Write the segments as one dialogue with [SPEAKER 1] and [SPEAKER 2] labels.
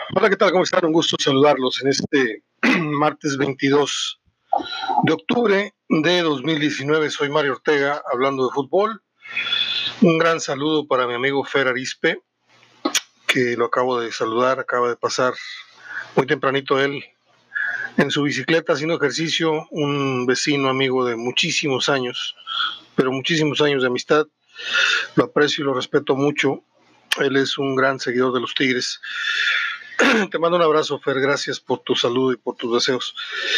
[SPEAKER 1] Hola, ¿qué tal? ¿Cómo están? Un gusto saludarlos en este martes 22 de octubre de 2019. Soy Mario Ortega, hablando de fútbol. Un gran saludo para mi amigo Fer Arispe, que lo acabo de saludar, acaba de pasar muy tempranito él en su bicicleta haciendo ejercicio, un vecino amigo de muchísimos años, pero muchísimos años de amistad. Lo aprecio y lo respeto mucho. Él es un gran seguidor de los Tigres. Te mando un abrazo, Fer, gracias por tu salud y por tus deseos.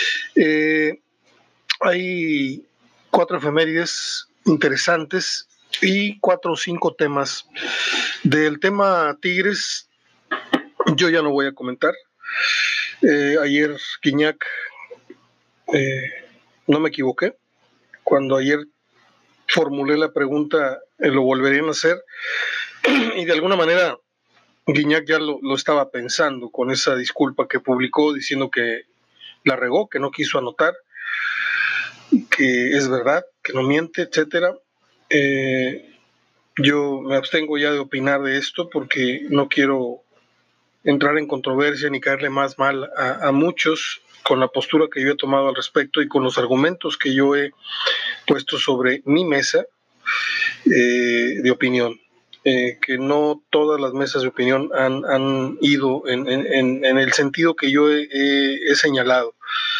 [SPEAKER 1] Hay 4 efemérides interesantes y 4 o 5 temas. Del tema Tigres, yo ya no voy a comentar. Ayer Guiñac, no me equivoqué. Cuando ayer formulé la pregunta, lo volverían a hacer. Y de alguna manera Guiñac ya lo estaba pensando con esa disculpa que publicó diciendo que la regó, que no quiso anotar, que es verdad, que no miente, etcétera. Yo me abstengo ya de opinar de esto porque no quiero entrar en controversia ni caerle más mal a muchos con la postura que yo he tomado al respecto y con los argumentos que yo he puesto sobre mi mesa de opinión. Que no todas las mesas de opinión han ido en el sentido que yo he señalado,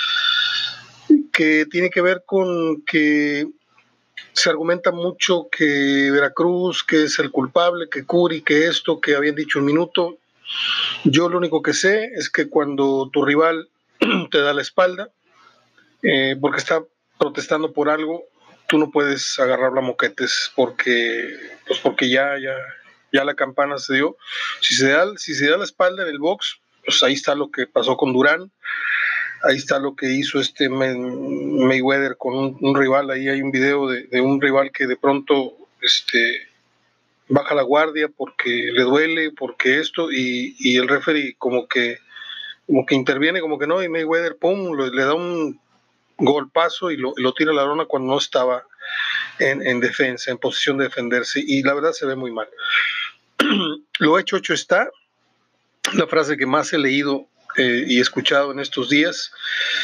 [SPEAKER 1] que tiene que ver con que se argumenta mucho que Veracruz, que es el culpable, que Curi, que esto, que habían dicho un minuto. Yo lo único que sé es que cuando tu rival te da la espalda, porque está protestando por algo, tú no puedes agarrar la moquetes porque ya la campana se dio. Si se da la espalda en el box, pues ahí está lo que pasó con Durán. Ahí está lo que hizo Mayweather con un rival. Ahí hay un video de un rival que de pronto baja la guardia porque le duele, porque esto, y el referee como que interviene, como que no, y Mayweather, pum, le da un golpazo y lo tira a la lona cuando no estaba en defensa, en posición de defenderse, y la verdad se ve muy mal. Lo hecho está. La frase que más he leído y escuchado en estos días,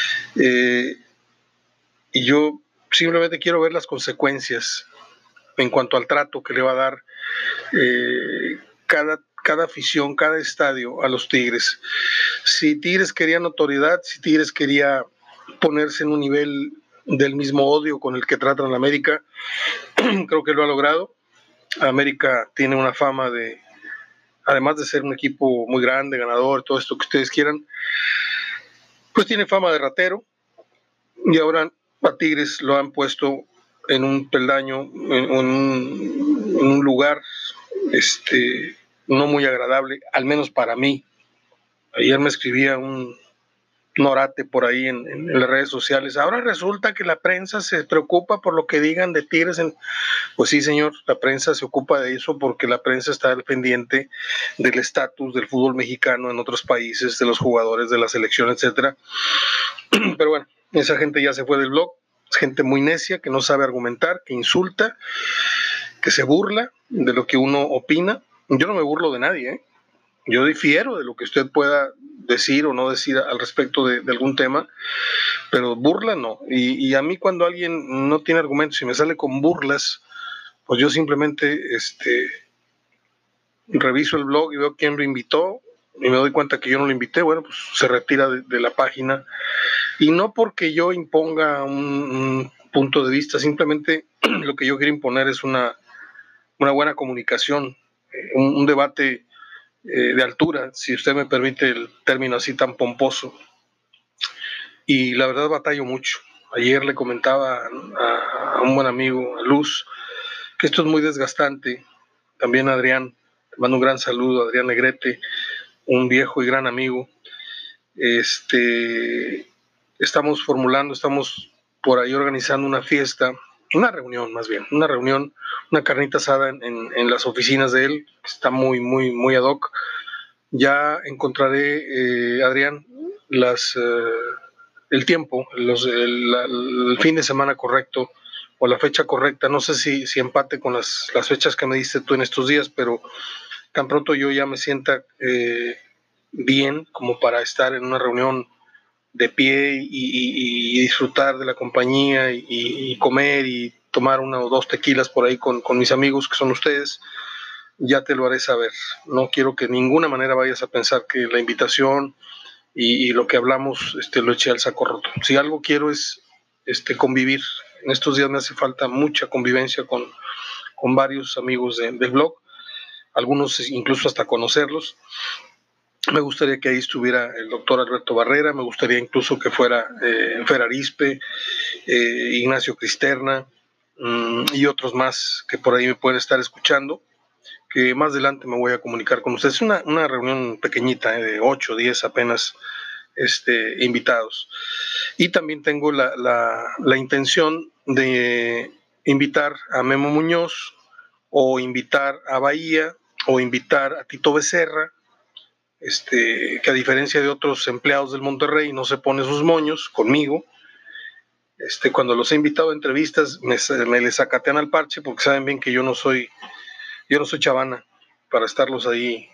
[SPEAKER 1] y yo simplemente quiero ver las consecuencias en cuanto al trato que le va a dar cada afición, cada estadio a los Tigres. Si Tigres quería notoriedad, si Tigres quería ponerse en un nivel del mismo odio con el que tratan a la América, creo que lo ha logrado. América tiene una fama de, además de ser un equipo muy grande, ganador, todo esto que ustedes quieran, pues tiene fama de ratero, y ahora a Tigres lo han puesto en un peldaño, en un lugar no muy agradable, al menos para mí. Ayer me escribía un orate por ahí en las redes sociales. Ahora resulta que la prensa se preocupa por lo que digan de Tigres. Pues sí, señor, la prensa se ocupa de eso porque la prensa está al pendiente del estatus del fútbol mexicano en otros países, de los jugadores, de la selección, etcétera. Pero bueno, esa gente ya se fue del blog. Es gente muy necia, que no sabe argumentar, que insulta, que se burla de lo que uno opina. Yo no me burlo de nadie, ¿eh? Yo difiero de lo que usted pueda decir o no decir al respecto de algún tema, pero burla no. Y a mí cuando alguien no tiene argumentos y me sale con burlas, pues yo simplemente reviso el blog y veo quién lo invitó y me doy cuenta que yo no lo invité. Bueno, pues se retira de la página. Y no porque yo imponga un punto de vista, simplemente lo que yo quiero imponer es una buena comunicación, un debate de altura, si usted me permite el término así tan pomposo. Y la verdad batallo mucho. Ayer le comentaba a un buen amigo, a Luz, que esto es muy desgastante. También a Adrián, te mando un gran saludo, Adrián Negrete, un viejo y gran amigo. Estamos por ahí organizando una fiesta, una reunión más bien, una carnita asada en las oficinas de él, que está muy, muy, muy ad hoc. Ya encontraré, Adrián, el tiempo, el fin de semana correcto o la fecha correcta. No sé si empate con las fechas que me diste tú en estos días, pero tan pronto yo ya me sienta bien como para estar en una reunión de pie y disfrutar de la compañía y comer y tomar una o dos tequilas por ahí con mis amigos que son ustedes, ya te lo haré saber. No quiero que de ninguna manera vayas a pensar que la invitación y lo que hablamos lo eché al saco roto. Si algo quiero es convivir. En estos días me hace falta mucha convivencia con varios amigos del blog, algunos incluso hasta conocerlos. Me gustaría que ahí estuviera el doctor Alberto Barrera, me gustaría incluso que fuera Fer Arispe, Ignacio Cristerna y otros más que por ahí me pueden estar escuchando, que más adelante me voy a comunicar con ustedes. Es una reunión pequeñita, de 8 o 10 apenas invitados. Y también tengo la intención de invitar a Memo Muñoz, o invitar a Bahía, o invitar a Tito Becerra, que a diferencia de otros empleados del Monterrey no se pone sus moños conmigo. Cuando los he invitado a entrevistas me les sacatean al parche porque saben bien que yo no soy chavana para estarlos ahí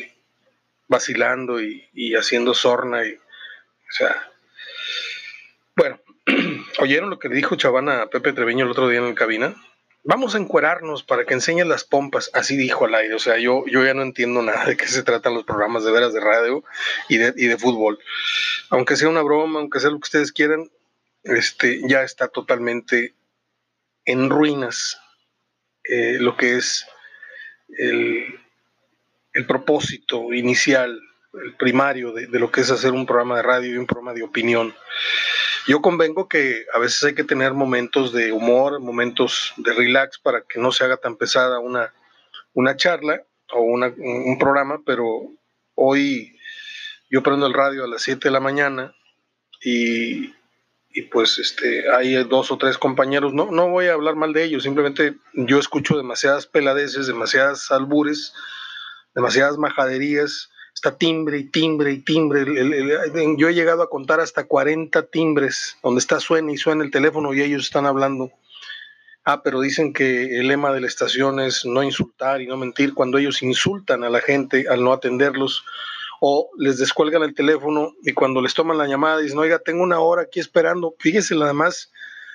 [SPEAKER 1] vacilando y haciendo sorna y, o sea, bueno, ¿oyeron lo que le dijo Chavana a Pepe Treviño el otro día en la cabina? Vamos a encuerarnos para que enseñen las pompas, así dijo al aire. O sea, yo ya no entiendo nada de qué se tratan los programas de veras de radio y de fútbol. Aunque sea una broma, aunque sea lo que ustedes quieran, ya está totalmente en ruinas lo que es el, el propósito inicial, el primario de lo que es hacer un programa de radio y un programa de opinión. Yo convengo que a veces hay que tener momentos de humor, momentos de relax para que no se haga tan pesada una charla o un programa, pero hoy yo prendo el radio a las 7 de la mañana y, y pues hay dos o tres compañeros, no voy a hablar mal de ellos, simplemente yo escucho demasiadas peladeces, demasiadas albures, demasiadas majaderías, está timbre y timbre y timbre. Yo he llegado a contar hasta 40 timbres donde está suena y suena el teléfono y ellos están hablando. Pero dicen que el lema de la estación es no insultar y no mentir, cuando ellos insultan a la gente al no atenderlos o les descuelgan el teléfono y cuando les toman la llamada dicen, oiga, tengo una hora aquí esperando. Fíjese nada más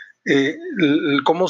[SPEAKER 1] cómo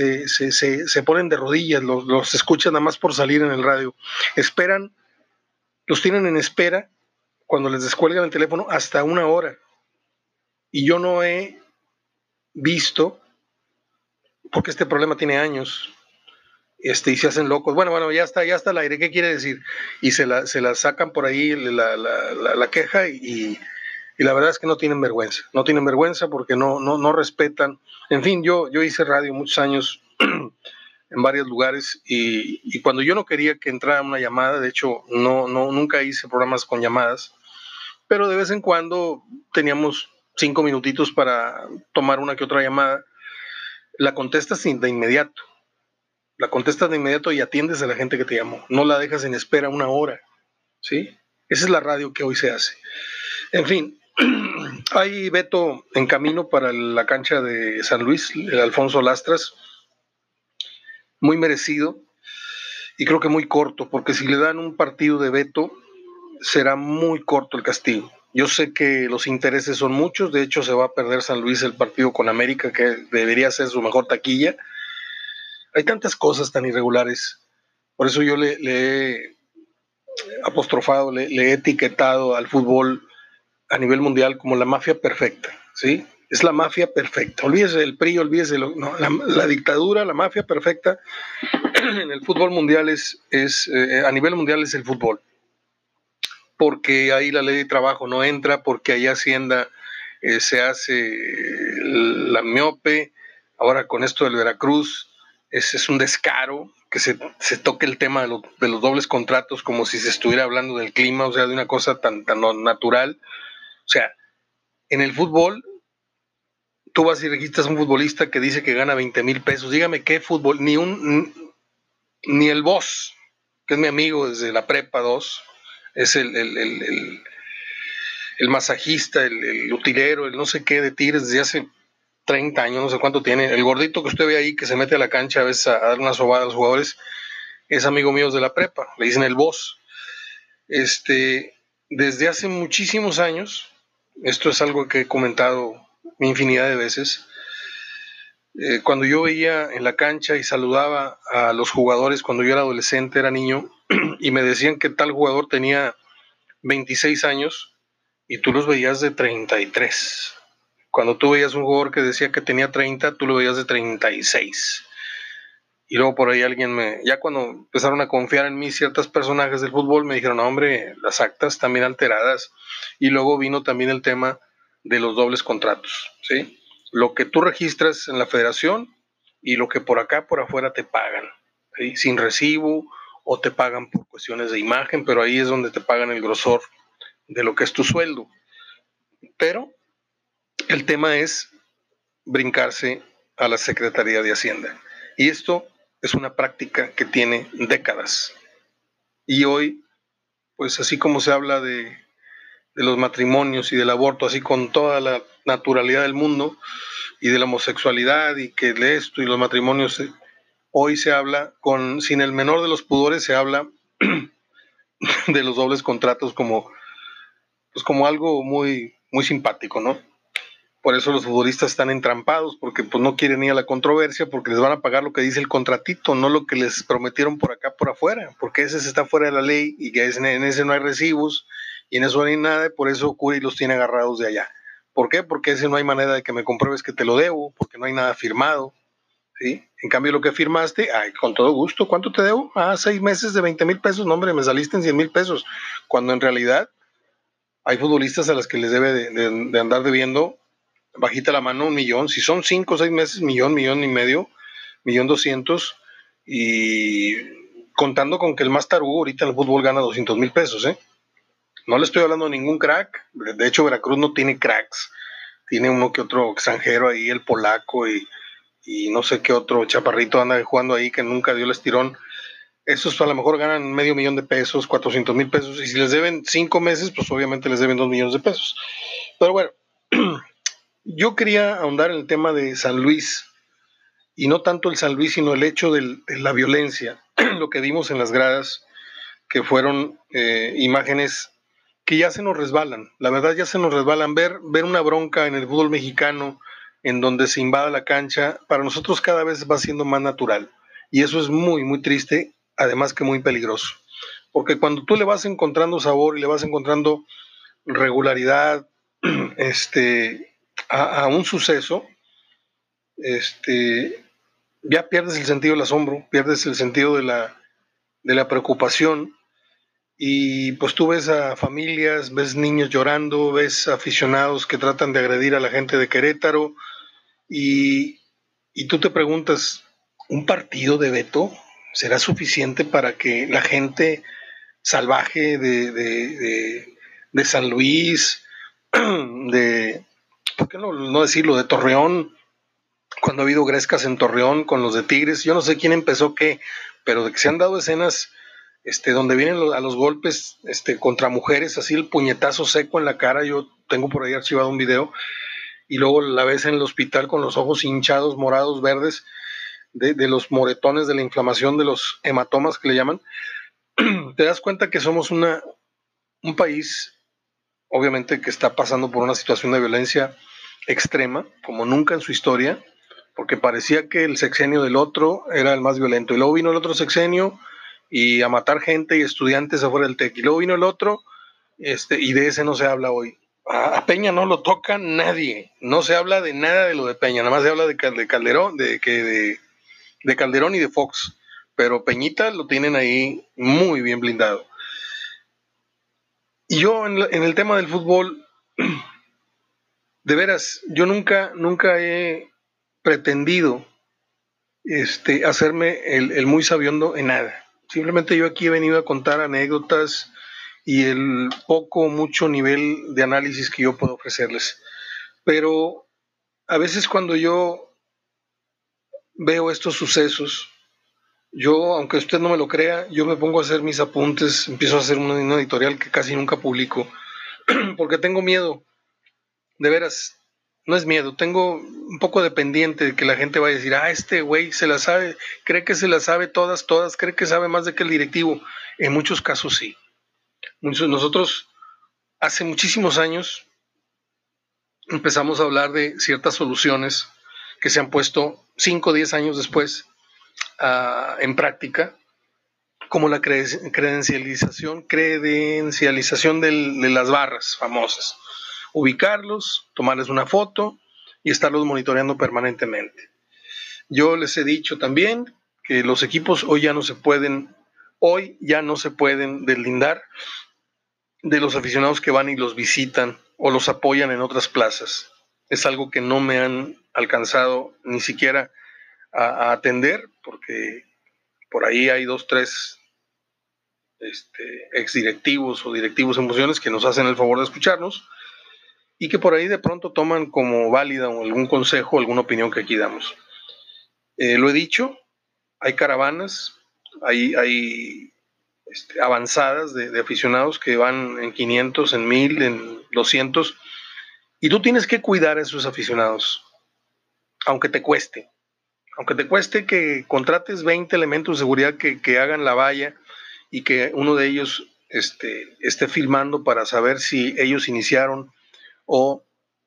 [SPEAKER 1] se ponen de rodillas, los escuchan nada más por salir en el radio. Esperan, los tienen en espera cuando les descuelgan el teléfono hasta una hora. Y yo no he visto, porque este problema tiene años, y se hacen locos. Bueno, ya está al aire, ¿qué quiere decir? Y se la sacan por ahí la queja y la verdad es que no tienen vergüenza porque no respetan. En fin, yo hice radio muchos años en varios lugares y cuando yo no quería que entrara una llamada, de hecho nunca hice programas con llamadas, pero de vez en cuando teníamos 5 minutitos para tomar una que otra llamada, la contestas de inmediato. La contestas de inmediato y atiendes a la gente que te llamó. No la dejas en espera una hora, ¿sí? Esa es la radio que hoy se hace. En fin, hay veto en camino para la cancha de San Luis, el Alfonso Lastras, muy merecido y creo que muy corto, porque si le dan un partido de veto, será muy corto el castigo. Yo sé que los intereses son muchos, de hecho se va a perder San Luis el partido con América, que debería ser su mejor taquilla. Hay tantas cosas tan irregulares, por eso yo le he apostrofado, le he etiquetado al fútbol a nivel mundial como la mafia perfecta, ¿sí? Es la mafia perfecta. Olvídese del PRI, olvídese la dictadura, la mafia perfecta en el fútbol mundial a nivel mundial es el fútbol. Porque ahí la ley de trabajo no entra, porque ahí Hacienda se hace la miope. Ahora con esto del Veracruz es un descaro que se toque el tema de los dobles contratos como si se estuviera hablando del clima, o sea, de una cosa tan natural. O sea, en el fútbol, tú vas y registras a un futbolista que dice que gana 20,000 pesos. Dígame qué fútbol, ni el boss, que es mi amigo desde la prepa 2, es el masajista, el utilero, el no sé qué de Tigres desde hace 30 años, no sé cuánto tiene. El gordito que usted ve ahí que se mete a la cancha a veces a dar una sobada a los jugadores, es amigo mío de la prepa, le dicen el boss. desde hace muchísimos años, esto es algo que he comentado infinidad de veces, cuando yo veía en la cancha y saludaba a los jugadores cuando yo era adolescente, era niño, y me decían que tal jugador tenía 26 años y tú los veías de 33. Cuando tú veías un jugador que decía que tenía 30, tú lo veías de 36. Y luego por ahí ya cuando empezaron a confiar en mí ciertos personajes del fútbol, me dijeron, no, hombre, las actas están bien alteradas. Y luego vino también el tema de los dobles contratos, ¿sí? Lo que tú registras en la federación y lo que por acá, por afuera te pagan, ¿sí? Sin recibo o te pagan por cuestiones de imagen, pero ahí es donde te pagan el grosor de lo que es tu sueldo. Pero el tema es brincarse a la Secretaría de Hacienda. Y esto es una práctica que tiene décadas. Y hoy, pues así como se habla de los matrimonios y del aborto, así con toda la naturalidad del mundo, y de la homosexualidad, y que de esto y los matrimonios, hoy se habla sin el menor de los pudores, se habla de los dobles contratos como algo muy, muy simpático, ¿no? Por eso los futbolistas están entrampados, porque pues no quieren ir a la controversia, porque les van a pagar lo que dice el contratito, no lo que les prometieron por acá, por afuera, porque ese está fuera de la ley y que en ese no hay recibos y en eso no hay nada, y por eso Curi los tiene agarrados de allá. ¿Por qué? Porque ese no hay manera de que me compruebes que te lo debo, porque no hay nada firmado, ¿sí? En cambio lo que firmaste, ay, con todo gusto, ¿cuánto te debo? 6 meses de 20,000 pesos, no hombre, me saliste en 100,000 pesos, cuando en realidad hay futbolistas a las que les debe de andar debiendo bajita la mano 1,000,000, si son 5 o 6 meses, millón, millón y medio, 1,200,000, y contando con que el más tarugo ahorita en el fútbol gana 200,000 pesos, ¿eh? No le estoy hablando de ningún crack, de hecho Veracruz no tiene cracks, tiene uno que otro extranjero ahí, el polaco y no sé qué otro chaparrito anda jugando ahí que nunca dio el estirón. Esos a lo mejor ganan medio millón de pesos, 400,000 pesos, y si les deben 5 meses, pues obviamente les deben 2 millones de pesos. Pero bueno, yo quería ahondar en el tema de San Luis, y no tanto el San Luis, sino el hecho de la violencia, lo que vimos en las gradas, que fueron imágenes que ya se nos resbalan, la verdad ya se nos resbalan. Ver una bronca en el fútbol mexicano en donde se invada la cancha, para nosotros cada vez va siendo más natural, y eso es muy, muy triste, además que muy peligroso, porque cuando tú le vas encontrando sabor y le vas encontrando regularidad a un suceso, ya pierdes el sentido del asombro, pierdes el sentido de la preocupación, y pues tú ves a familias, ves niños llorando, ves aficionados que tratan de agredir a la gente de Querétaro, y, y tú te preguntas, ¿un partido de Beto será suficiente para que la gente salvaje de San Luis, ¿por qué no decirlo?, de Torreón, cuando ha habido grescas en Torreón con los de Tigres, yo no sé quién empezó qué, pero de que se han dado escenas donde vienen a los golpes contra mujeres, así el puñetazo seco en la cara, yo tengo por ahí archivado un video, y luego la ves en el hospital con los ojos hinchados, morados, verdes, de los moretones, de la inflamación, de los hematomas que le llaman. Te das cuenta que somos un país, obviamente, que está pasando por una situación de violencia extrema, como nunca en su historia, porque parecía que el sexenio del otro era el más violento, y luego vino el otro sexenio y a matar gente y estudiantes afuera del TEC, y luego vino el otro, y de ese no se habla hoy. A Peña no lo toca nadie, no se habla de nada de lo de Peña, nada más se habla de Calderón, de Calderón y de Fox, pero Peñita lo tienen ahí muy bien blindado. Y yo en el tema del fútbol, de veras, yo nunca he pretendido hacerme el muy sabiondo en nada. Simplemente yo aquí he venido a contar anécdotas y el poco o mucho nivel de análisis que yo puedo ofrecerles. Pero a veces cuando yo veo estos sucesos, yo, aunque usted no me lo crea, yo me pongo a hacer mis apuntes, empiezo a hacer una editorial que casi nunca publico, porque tengo miedo, de veras, no es miedo, tengo un poco de pendiente de que la gente vaya a decir, este güey se la sabe, cree que se la sabe todas, cree que sabe más de que el directivo. En muchos casos sí. Nosotros hace muchísimos años empezamos a hablar de ciertas soluciones que se han puesto 5 o 10 años después en práctica, como la credencialización de las barras famosas. Ubicarlos, tomarles una foto y estarlos monitoreando permanentemente. Yo les he dicho también que los equipos hoy ya no se pueden deslindar de los aficionados que van y los visitan o los apoyan en otras plazas. Es algo que no me han alcanzado ni siquiera a atender, porque por ahí hay 2, 3 exdirectivos o directivos en funciones que nos hacen el favor de escucharnos y que por ahí de pronto toman como válida algún consejo o alguna opinión que aquí damos. Lo he dicho, hay caravanas, hay avanzadas de aficionados que van en 500, en 1000, en 200, y tú tienes que cuidar a esos aficionados, aunque te cueste que contrates 20 elementos de seguridad que hagan la valla y que uno de ellos esté filmando para saber si ellos iniciaron o,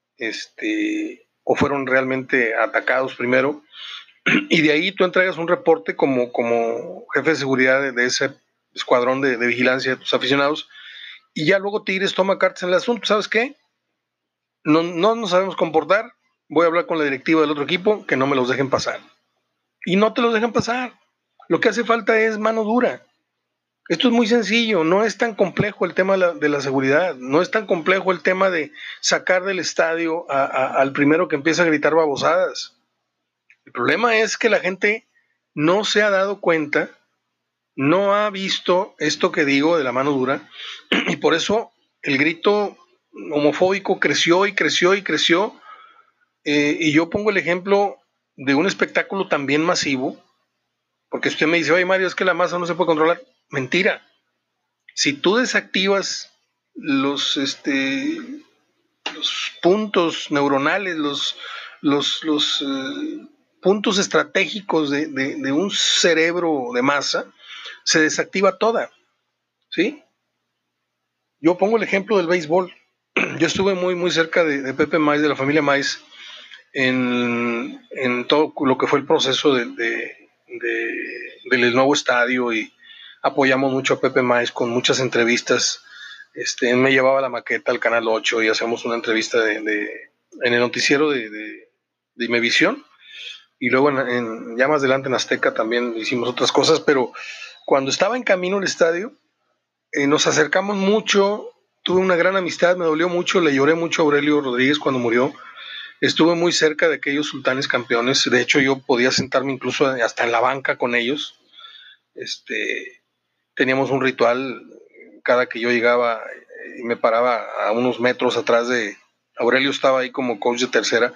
[SPEAKER 1] o fueron realmente atacados primero, y de ahí tú entregas un reporte como jefe de seguridad de ese escuadrón de vigilancia de tus aficionados, y ya luego Tigres toma cartas en el asunto. ¿Sabes qué? No nos sabemos comportar, voy a hablar con la directiva del otro equipo que no me los dejen pasar. Y no te los dejan pasar. Lo que hace falta es mano dura. Esto es muy sencillo, no es tan complejo el tema de la seguridad, no es tan complejo el tema de sacar del estadio al primero que empieza a gritar babosadas. El problema es que la gente no se ha dado cuenta, no ha visto esto que digo de la mano dura, y por eso el grito homofóbico creció y creció y creció. Y yo pongo el ejemplo de un espectáculo también masivo, porque usted me dice, oye Mario, es que la masa no se puede controlar. Mentira. Si tú desactivas los puntos neuronales, los puntos estratégicos de un cerebro de masa, se desactiva toda. ¿Sí? Yo pongo el ejemplo del béisbol. Yo estuve muy cerca de Pepe Maiz, de la familia Maiz, en todo lo que fue el proceso del nuevo estadio, y apoyamos mucho a Pepe Maiz con muchas entrevistas. Él me llevaba la maqueta al Canal 8 y hacemos una entrevista en el noticiero de Imevisión, y luego ya más adelante en Azteca también hicimos otras cosas, pero cuando estaba en camino al estadio, nos acercamos mucho, tuve una gran amistad, me dolió mucho, le lloré mucho a Aurelio Rodríguez cuando murió. Estuve muy cerca de aquellos sultanes campeones. De hecho, yo podía sentarme incluso hasta en la banca con ellos. Teníamos un ritual cada que yo llegaba y me paraba a unos metros atrás de Aurelio. Estaba ahí como coach de tercera.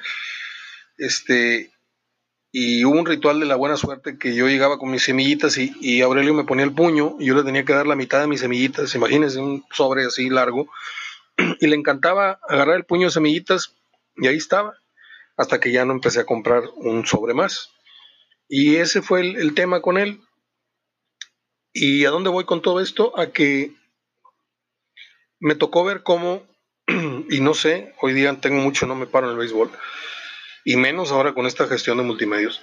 [SPEAKER 1] Y hubo un ritual de la buena suerte que yo llegaba con mis semillitas y Aurelio me ponía el puño y yo le tenía que dar la mitad de mis semillitas. Imagínense, un sobre así largo. Y le encantaba agarrar el puño de semillitas y ahí estaba, hasta que ya no empecé a comprar un sobre más. Y ese fue el tema con él. ¿Y a dónde voy con todo esto? A que me tocó ver cómo, y no sé, hoy día tengo mucho, no me paro en el béisbol, y menos ahora con esta gestión de multimedios,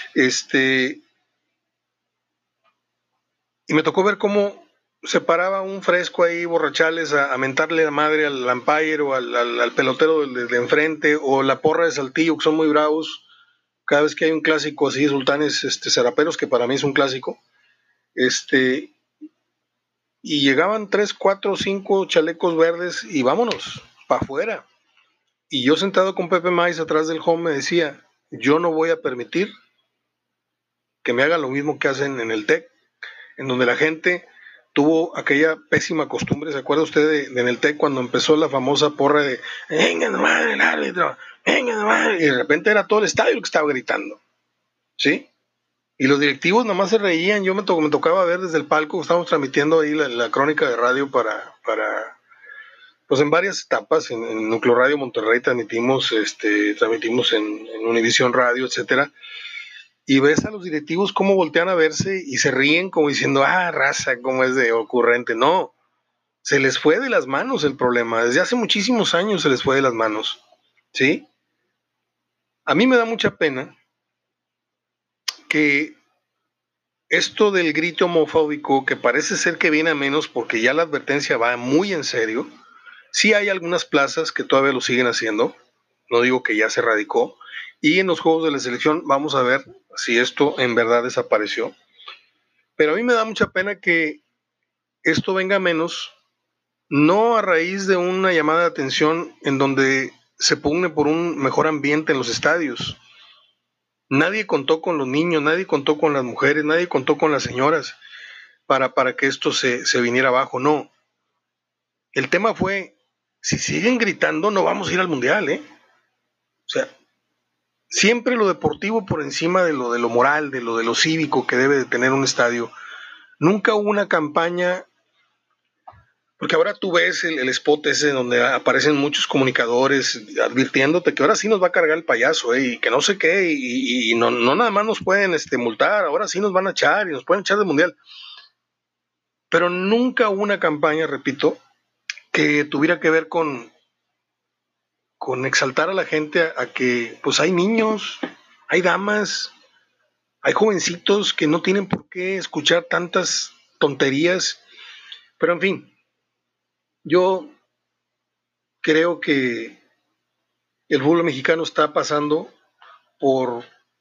[SPEAKER 1] y me tocó ver cómo se paraba un fresco ahí, borrachales, a mentarle la madre al umpire o al pelotero de enfrente, o la porra de Saltillo, que son muy bravos. Cada vez que hay un clásico así, sultanes zaraperos, que para mí es un clásico, y llegaban 3, 4, 5 chalecos verdes y vámonos, para afuera. Y yo sentado con Pepe Maiz atrás del home me decía, yo no voy a permitir que me hagan lo mismo que hacen en el TEC, en donde la gente tuvo aquella pésima costumbre. ¿Se acuerda usted en el TEC cuando empezó la famosa porra de venga de madre el árbitro, venga de madre? Y de repente era todo el estadio el que estaba gritando, ¿sí? Y los directivos nomás se reían. Yo me tocaba ver desde el palco, estábamos transmitiendo ahí la crónica de radio pues en varias etapas. En Núcleo Radio Monterrey transmitimos en Univisión Radio, etcétera. Y ves a los directivos cómo voltean a verse y se ríen como diciendo, raza, cómo es de ocurrente. No, se les fue de las manos el problema. Desde hace muchísimos años se les fue de las manos. ¿Sí? A mí me da mucha pena que esto del grito homofóbico, que parece ser que viene a menos porque ya la advertencia va muy en serio, sí hay algunas plazas que todavía lo siguen haciendo, no digo que ya se erradicó, y en los juegos de la selección vamos a ver si esto en verdad desapareció. Pero a mí me da mucha pena que esto venga a menos, no a raíz de una llamada de atención en donde se pugne por un mejor ambiente en los estadios. Nadie contó con los niños, nadie contó con las mujeres, nadie contó con las señoras para que esto se viniera abajo. No. El tema fue, si siguen gritando, no vamos a ir al mundial, ¿eh? O sea, siempre lo deportivo por encima de lo moral, de lo cívico que debe de tener un estadio. Nunca hubo una campaña, porque ahora tú ves el spot ese donde aparecen muchos comunicadores advirtiéndote que ahora sí nos va a cargar el payaso, y que no sé qué, y no, no nada más nos pueden multar, ahora sí nos van a echar y nos pueden echar del mundial. Pero nunca hubo una campaña, repito, que tuviera que ver con exaltar a la gente a que pues hay niños, hay damas, hay jovencitos que no tienen por qué escuchar tantas tonterías. Pero en fin, yo creo que el fútbol mexicano está pasando por,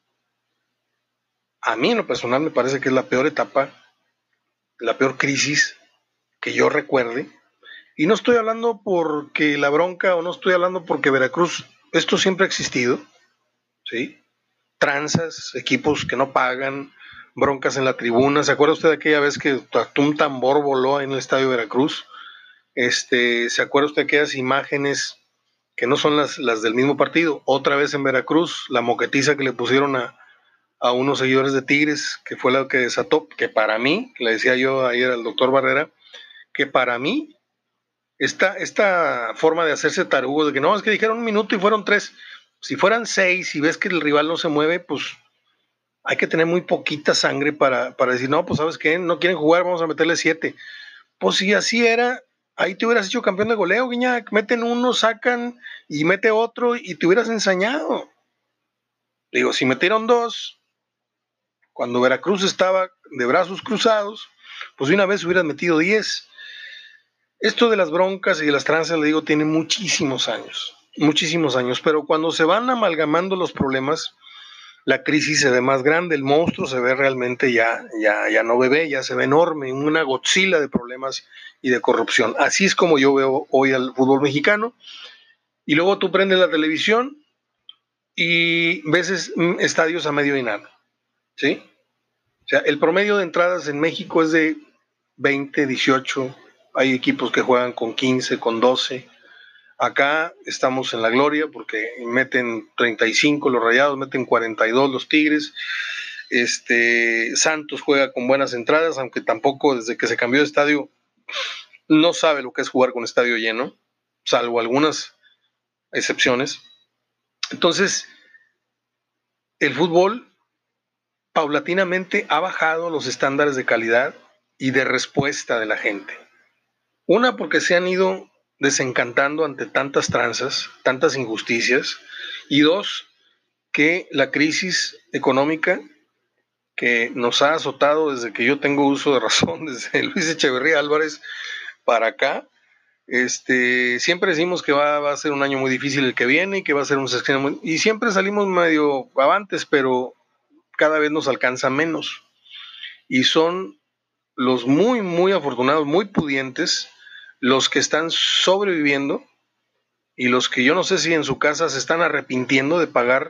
[SPEAKER 1] a mí en lo personal me parece que es la peor etapa, la peor crisis que yo recuerde. Y no estoy hablando porque la bronca, o no estoy hablando porque Veracruz, esto siempre ha existido, ¿sí? Tranzas, equipos que no pagan, broncas en la tribuna. ¿Se acuerda usted de aquella vez que un tambor voló en el estadio de Veracruz? ¿Se acuerda usted de aquellas imágenes que no son las del mismo partido? Otra vez en Veracruz, la moquetiza que le pusieron a unos seguidores de Tigres, que fue la que desató, que para mí, le decía yo ayer al doctor Barrera, que para mí esta forma de hacerse tarugo, de que no, es que dijeron 1 minuto y fueron 3. Si fueran 6 y ves que el rival no se mueve, pues hay que tener muy poquita sangre para decir, no, pues sabes qué, no quieren jugar, vamos a meterle 7. Pues si así era, ahí te hubieras hecho campeón de goleo, Guiñac. Meten uno, sacan y mete otro y te hubieras ensañado. Digo, si metieron 2, cuando Veracruz estaba de brazos cruzados, pues de una vez hubieras metido 10. Esto de las broncas y de las tranzas, le digo, tiene muchísimos años, pero cuando se van amalgamando los problemas, la crisis se ve más grande, el monstruo se ve realmente ya no bebé, ya se ve enorme, una Godzilla de problemas y de corrupción. Así es como yo veo hoy al fútbol mexicano. Y luego tú prendes la televisión y ves estadios a medio llenar, ¿sí? O sea, el promedio de entradas en México es de 20, 18, hay equipos que juegan con 15, con 12. Acá estamos en la gloria porque meten 35 los Rayados, meten 42 los Tigres. Santos juega con buenas entradas, aunque tampoco desde que se cambió de estadio no sabe lo que es jugar con estadio lleno, salvo algunas excepciones. Entonces, el fútbol paulatinamente ha bajado los estándares de calidad y de respuesta de la gente. Una, porque se han ido desencantando ante tantas tranzas, tantas injusticias. Y dos, que la crisis económica que nos ha azotado desde que yo tengo uso de razón, desde Luis Echeverría Álvarez para acá, siempre decimos que va a ser un año muy difícil el que viene y que va a ser un sexenio muy... Y siempre salimos medio avantes, pero cada vez nos alcanza menos. Y son los muy, muy afortunados, muy pudientes, los que están sobreviviendo y los que yo no sé si en su casa se están arrepintiendo de pagar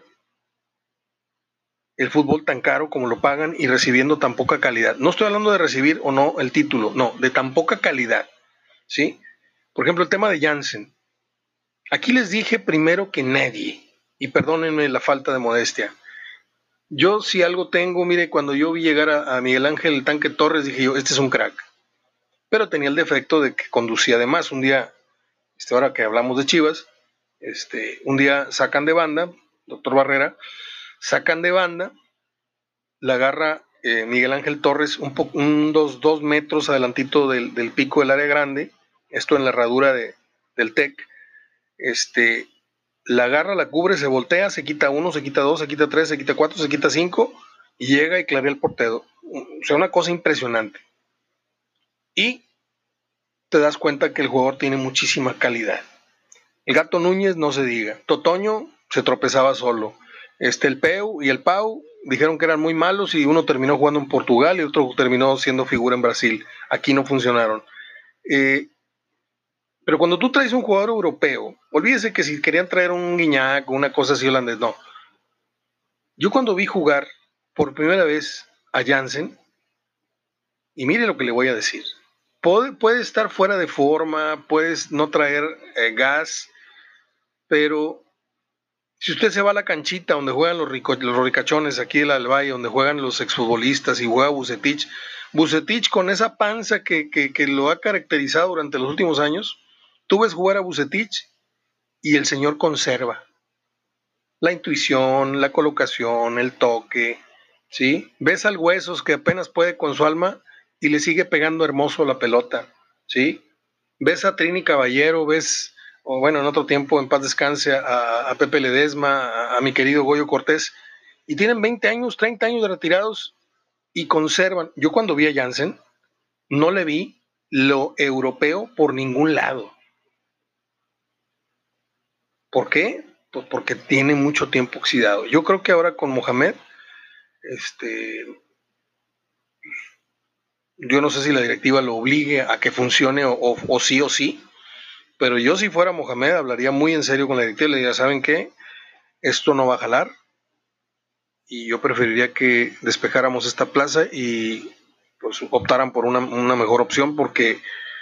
[SPEAKER 1] el fútbol tan caro como lo pagan y recibiendo tan poca calidad. No estoy hablando de recibir o no el título, no, de tan poca calidad, ¿sí? Por ejemplo, el tema de Janssen. Aquí les dije primero que nadie, y perdónenme la falta de modestia, yo si algo tengo, mire, cuando yo vi llegar a Miguel Ángel el Tanque Torres, dije yo, este es un crack. Pero tenía el defecto de que conducía de más. Un día, ahora que hablamos de Chivas, un día sacan de banda, doctor Barrera, sacan de banda, la agarra Miguel Ángel Torres unos 2 metros adelantito del pico del área grande, esto en la herradura del TEC, la agarra, la cubre, se voltea, se quita 1, se quita 2, se quita 3, se quita 4, se quita 5 y llega y clarea el portero. O sea, una cosa impresionante. Y te das cuenta que el jugador tiene muchísima calidad. El Gato Núñez no se diga. Totoño se tropezaba solo. El Peu y el Pau dijeron que eran muy malos y uno terminó jugando en Portugal y otro terminó siendo figura en Brasil. Aquí no funcionaron. Pero cuando tú traes un jugador europeo, olvídese que si querían traer un Guiñac o una cosa así holandés, no. Yo cuando vi jugar por primera vez a Jansen, y mire lo que le voy a decir, puede estar fuera de forma, puedes no traer gas, pero si usted se va a la canchita donde juegan los ricachones aquí del Valle, donde juegan los exfutbolistas y juega Vucetich con esa panza que lo ha caracterizado durante los últimos años, tú ves jugar a Vucetich y el señor conserva la intuición, la colocación, el toque, ¿sí? Ves al Huesos que apenas puede con su alma y le sigue pegando hermoso la pelota, ¿sí? Ves a Trini Caballero, ves, o bueno, en otro tiempo, en paz descanse, a Pepe Ledesma, a mi querido Goyo Cortés, y tienen 20 años, 30 años de retirados y conservan. Yo cuando vi a Jansen, no le vi lo europeo por ningún lado. ¿Por qué? Pues porque tiene mucho tiempo oxidado. Yo creo que ahora con Mohamed, yo no sé si la directiva lo obligue a que funcione o sí, pero yo si fuera Mohamed hablaría muy en serio con la directiva y le diría, ¿saben qué? Esto no va a jalar y yo preferiría que despejáramos esta plaza y pues optaran por una mejor opción porque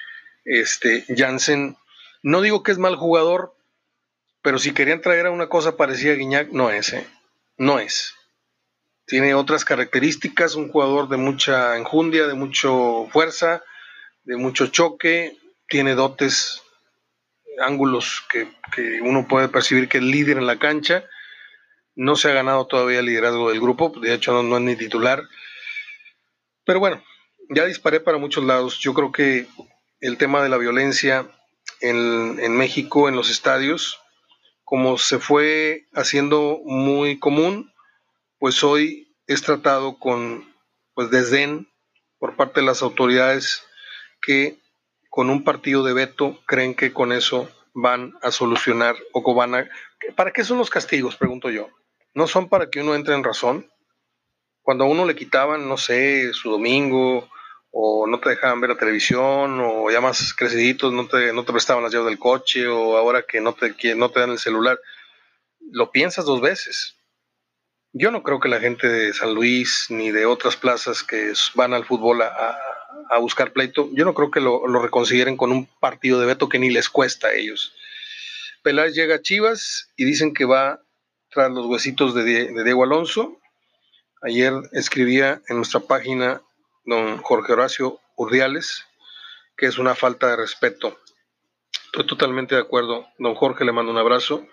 [SPEAKER 1] Jansen, no digo que es mal jugador, pero si querían traer a una cosa parecida a Guiñac, no es, no es. Tiene otras características, un jugador de mucha enjundia, de mucha fuerza, de mucho choque, tiene dotes, ángulos que uno puede percibir que es líder en la cancha. No se ha ganado todavía el liderazgo del grupo, de hecho no es ni titular. Pero bueno, ya disparé para muchos lados. Yo creo que el tema de la violencia en México, en los estadios, como se fue haciendo muy común, pues hoy es tratado con pues desdén por parte de las autoridades que con un partido de veto creen que con eso van a solucionar o van a... ¿Para qué son los castigos? Pregunto yo. ¿No son para que uno entre en razón? Cuando a uno le quitaban, no sé, su domingo, o no te dejaban ver la televisión, o ya más creciditos no te prestaban las llaves del coche, o ahora que no te dan el celular, lo piensas dos veces. Yo no creo que la gente de San Luis ni de otras plazas que van al fútbol a buscar pleito, yo no creo que lo reconsideren con un partido de veto que ni les cuesta a ellos. Peláez llega a Chivas y dicen que va tras los huesitos de Diego Alonso. Ayer escribía en nuestra página don Jorge Horacio Urdiales que es una falta de respeto. Estoy totalmente de acuerdo. Don Jorge, le mando un abrazo.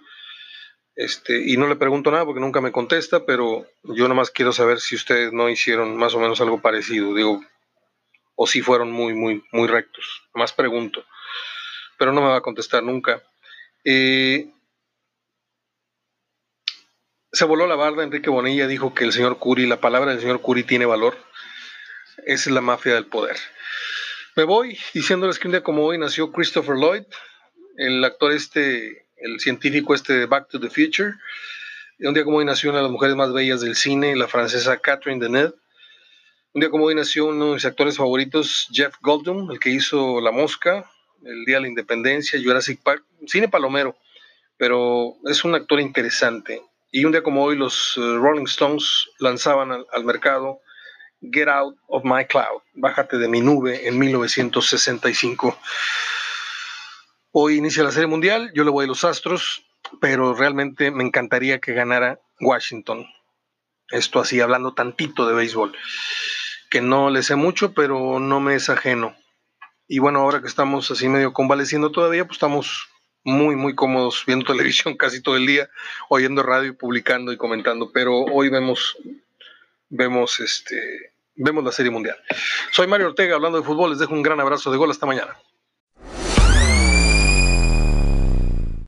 [SPEAKER 1] Y no le pregunto nada porque nunca me contesta, pero yo nomás quiero saber si ustedes no hicieron más o menos algo parecido, digo, o si fueron muy, muy, muy rectos. Nomás pregunto, pero no me va a contestar nunca. Se voló la barda, Enrique Bonilla dijo que el señor Curi, la palabra del señor Curi tiene valor. Esa es la mafia del poder. Me voy diciéndoles que un día como hoy nació Christopher Lloyd, el actor el científico de Back to the Future. Un día como hoy nació una de las mujeres más bellas del cine, la francesa Catherine Deneuve. Un día como hoy nació uno de mis actores favoritos, Jeff Goldblum, el que hizo La Mosca, El Día de la Independencia, Jurassic Park, cine palomero, pero es un actor interesante. Y un día como hoy los Rolling Stones lanzaban al mercado Get Out of My Cloud, Bájate de mi nube, en 1965. Hoy inicia la Serie Mundial, yo le voy a los Astros, pero realmente me encantaría que ganara Washington. Esto así, hablando tantito de béisbol, que no le sé mucho, pero no me es ajeno. Y bueno, ahora que estamos así medio convaleciendo todavía, pues estamos muy, muy cómodos viendo televisión casi todo el día, oyendo radio y publicando y comentando, pero hoy vemos la Serie Mundial. Soy Mario Ortega, hablando de fútbol, les dejo un gran abrazo de gol, hasta mañana.